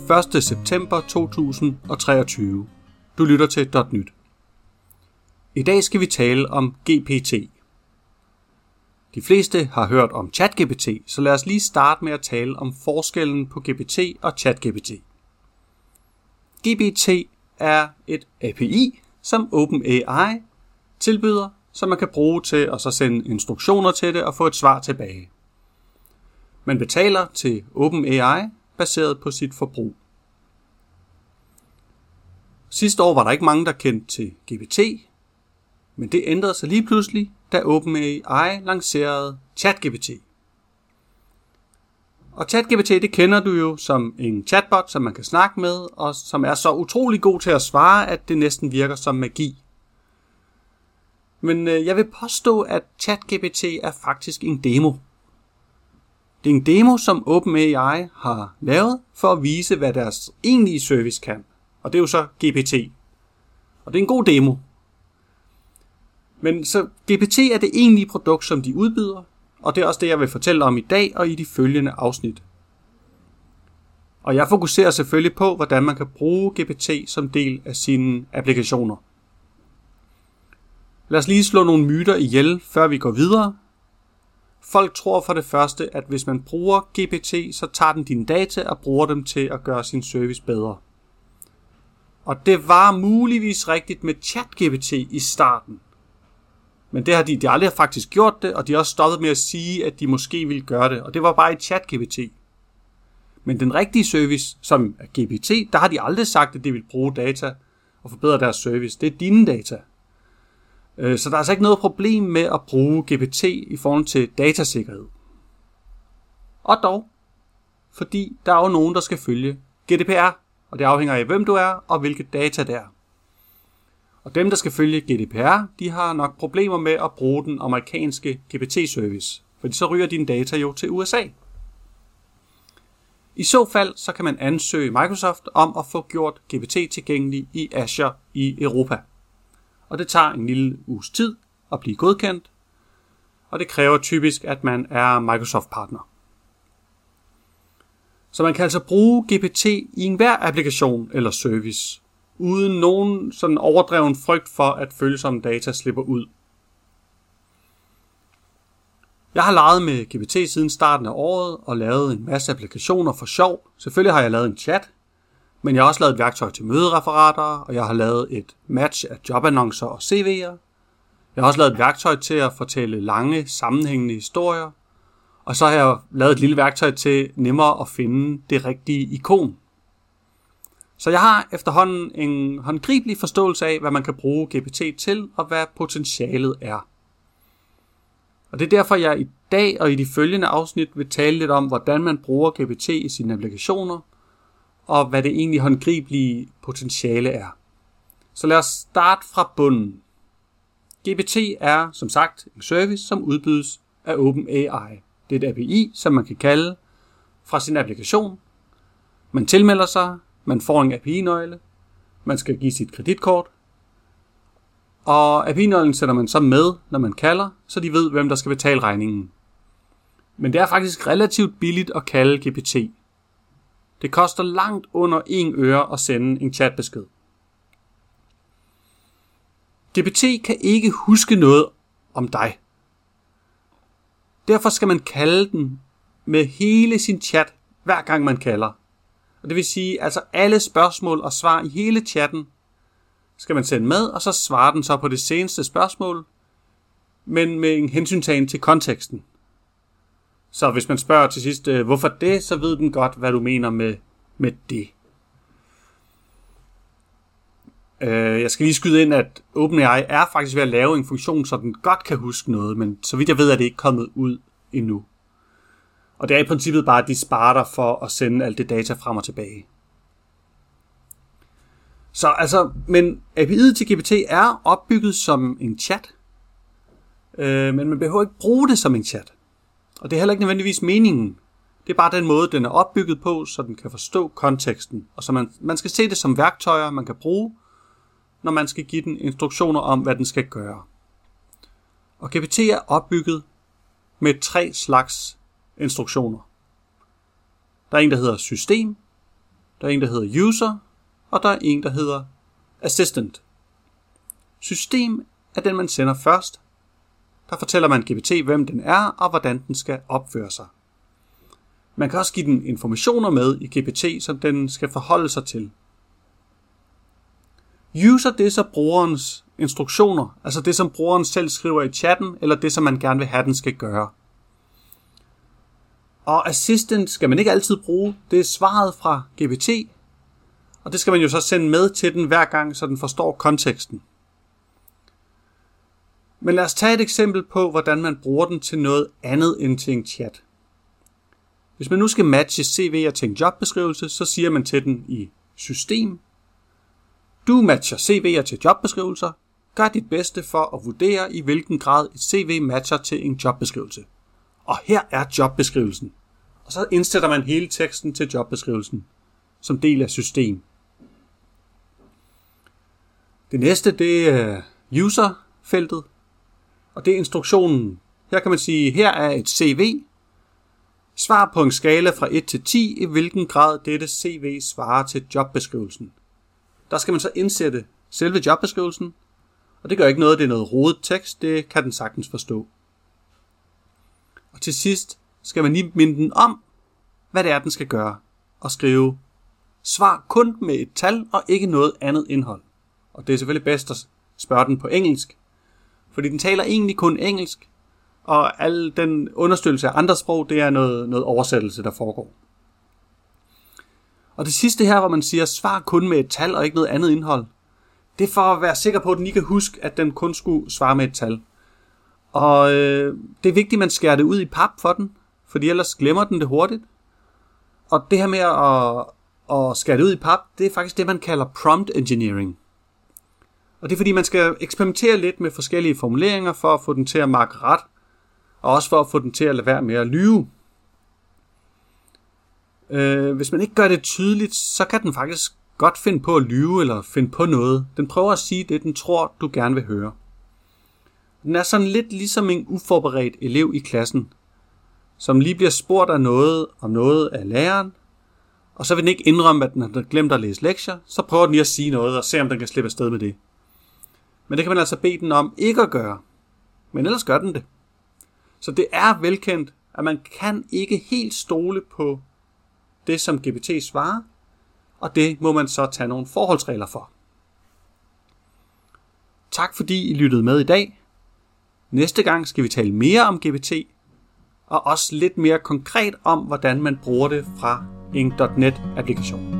1. september 2023. Du lytter til .nyt. I dag skal vi tale om GPT. De fleste har hørt om ChatGPT, så lad os lige starte med at tale om forskellen på GPT og ChatGPT. GPT er et API, som OpenAI tilbyder, som man kan bruge til at så sende instruktioner til det og få et svar tilbage. Man betaler til OpenAI baseret på sit forbrug. Sidste år var der ikke mange, der kendte til GPT, men det ændrede sig lige pludselig, da OpenAI lancerede ChatGPT. Og ChatGPT, det kender du jo som en chatbot, som man kan snakke med, og som er så utrolig god til at svare, at det næsten virker som magi. Men jeg vil påstå, at ChatGPT er faktisk en demo. Det er en demo, som OpenAI har lavet for at vise, hvad deres egentlige service kan. Og det er jo så GPT. Og det er en god demo. Men så GPT er det egentlige produkt, som de udbyder, og det er også det, jeg vil fortælle om i dag og i de følgende afsnit. Og jeg fokuserer selvfølgelig på, hvordan man kan bruge GPT som del af sine applikationer. Lad os lige slå nogle myter ihjel, før vi går videre. Folk tror for det første, at hvis man bruger GPT, så tager den dine data og bruger dem til at gøre sin service bedre. Og det var muligvis rigtigt med ChatGPT i starten. Men det har de aldrig faktisk gjort det, og de har også stoppet med at sige, at de måske ville gøre det. Og det var bare i ChatGPT. Men den rigtige service, som er GPT, der har de aldrig sagt, at de vil bruge data og forbedre deres service. Det er dine data. Så der er altså ikke noget problem med at bruge GPT i forhold til datasikkerhed. Og dog, fordi der er jo nogen, der skal følge GDPR, og det afhænger af, hvem du er og hvilke data det er. Og dem, der skal følge GDPR, de har nok problemer med at bruge den amerikanske GPT-service, fordi så ryger dine data jo til USA. I så fald, så kan man ansøge Microsoft om at få gjort GPT tilgængelig i Azure i Europa. Og det tager en lille uges tid at blive godkendt, og det kræver typisk, at man er Microsoft-partner. Så man kan altså bruge GPT i enhver applikation eller service, uden nogen sådan overdreven frygt for, at følsomme data slipper ud. Jeg har leget med GPT siden starten af året og lavet en masse applikationer for sjov. Selvfølgelig har jeg lavet en chat, men jeg har også lavet et værktøj til mødereferater, og jeg har lavet et match af jobannoncer og CV'er. Jeg har også lavet et værktøj til at fortælle lange, sammenhængende historier. Og så har jeg lavet et lille værktøj til nemmere at finde det rigtige ikon. Så jeg har efterhånden en håndgribelig forståelse af, hvad man kan bruge GPT til, og hvad potentialet er. Og det er derfor, jeg i dag og i de følgende afsnit vil tale lidt om, hvordan man bruger GPT i sine applikationer, og hvad det egentlig håndgribelige potentiale er. Så lad os starte fra bunden. GPT er, som sagt, en service, som udbydes af OpenAI. Det er et API, som man kan kalde fra sin applikation. Man tilmelder sig, man får en API-nøgle, man skal give sit kreditkort, og API-nøglen sætter man så med, når man kalder, så de ved, hvem der skal betale regningen. Men det er faktisk relativt billigt at kalde GPT. Det koster langt under 1 øre at sende en chatbesked. GPT kan ikke huske noget om dig. Derfor skal man kalde den med hele sin chat, hver gang man kalder. Og det vil sige, altså alle spørgsmål og svar i hele chatten skal man sende med, og så svarer den så på det seneste spørgsmål, men med en hensyntagen til konteksten. Så hvis man spørger til sidst, hvorfor det, så ved den godt, hvad du mener med det. Jeg skal lige skyde ind, at OpenAI er faktisk ved at lave en funktion, så den godt kan huske noget, men så vidt jeg ved, er det ikke kommet ud endnu. Og det er i princippet bare, at de sparer dig for at sende alt det data frem og tilbage. Så altså, men API'et til GPT er opbygget som en chat, men man behøver ikke bruge det som en chat. Og det er heller ikke nødvendigvis meningen. Det er bare den måde, den er opbygget på, så den kan forstå konteksten. Og så man skal se det som værktøjer, man kan bruge, når man skal give den instruktioner om, hvad den skal gøre. Og GPT er opbygget med 3 slags instruktioner. Der er en, der hedder system, Der er en, der hedder user, og der er en, der hedder assistant. System er den, man sender først. Der fortæller man GPT, hvem den er, og hvordan den skal opføre sig. Man kan også give den informationer med i GPT, som den skal forholde sig til. User, det er så brugerens instruktioner, altså det, som brugeren selv skriver i chatten, eller det, som man gerne vil have, den skal gøre. Og assistant skal man ikke altid bruge. Det er svaret fra GPT, og det skal man jo så sende med til den hver gang, så den forstår konteksten. Men lad os tage et eksempel på, hvordan man bruger den til noget andet end til en chat. Hvis man nu skal matche CV'er til en jobbeskrivelse, så siger man til den i system: du matcher CV'er til jobbeskrivelser. Gør dit bedste for at vurdere, i hvilken grad et CV matcher til en jobbeskrivelse. Og her er jobbeskrivelsen. Og så indsætter man hele teksten til jobbeskrivelsen som del af system. Det næste, det er user-feltet. Og det er instruktionen. Her kan man sige, her er et CV. Svar på en skala fra 1 til 10, i hvilken grad dette CV svarer til jobbeskrivelsen. Der skal man så indsætte selve jobbeskrivelsen. Og det gør ikke noget, det er noget rodet tekst, det kan den sagtens forstå. Og til sidst skal man lige minde den om, hvad det er, den skal gøre. Og skrive, svar kun med et tal og ikke noget andet indhold. Og det er selvfølgelig bedst at spørge den på engelsk. Fordi den taler egentlig kun engelsk, og al den understøttelse af andre sprog, det er noget oversættelse, der foregår. Og det sidste her, hvor man siger, svar kun med et tal og ikke noget andet indhold, det er for at være sikker på, at den ikke kan huske, at den kun skulle svare med et tal. Og det er vigtigt, at man skærer det ud i pap for den, fordi ellers glemmer den det hurtigt. Og det her med at skære det ud i pap, det er faktisk det, man kalder prompt engineering. Og det er fordi, man skal eksperimentere lidt med forskellige formuleringer for at få den til at markere ret, og også for at få den til at lade være med at lyve. Hvis man ikke gør det tydeligt, så kan den faktisk godt finde på at lyve eller finde på noget. Den prøver at sige det, den tror, du gerne vil høre. Den er sådan lidt ligesom en uforberedt elev i klassen, som lige bliver spurgt om noget af læreren, og så vil den ikke indrømme, at den har glemt at læse lektier, så prøver den lige at sige noget og se, om den kan slippe afsted med det. Men det kan man altså bede den om ikke at gøre. Men ellers gør den det. Så det er velkendt, at man kan ikke helt stole på det, som GPT svarer, og det må man så tage nogle forholdsregler for. Tak fordi I lyttede med i dag. Næste gang skal vi tale mere om GPT, og også lidt mere konkret om, hvordan man bruger det fra en .NET-applikation.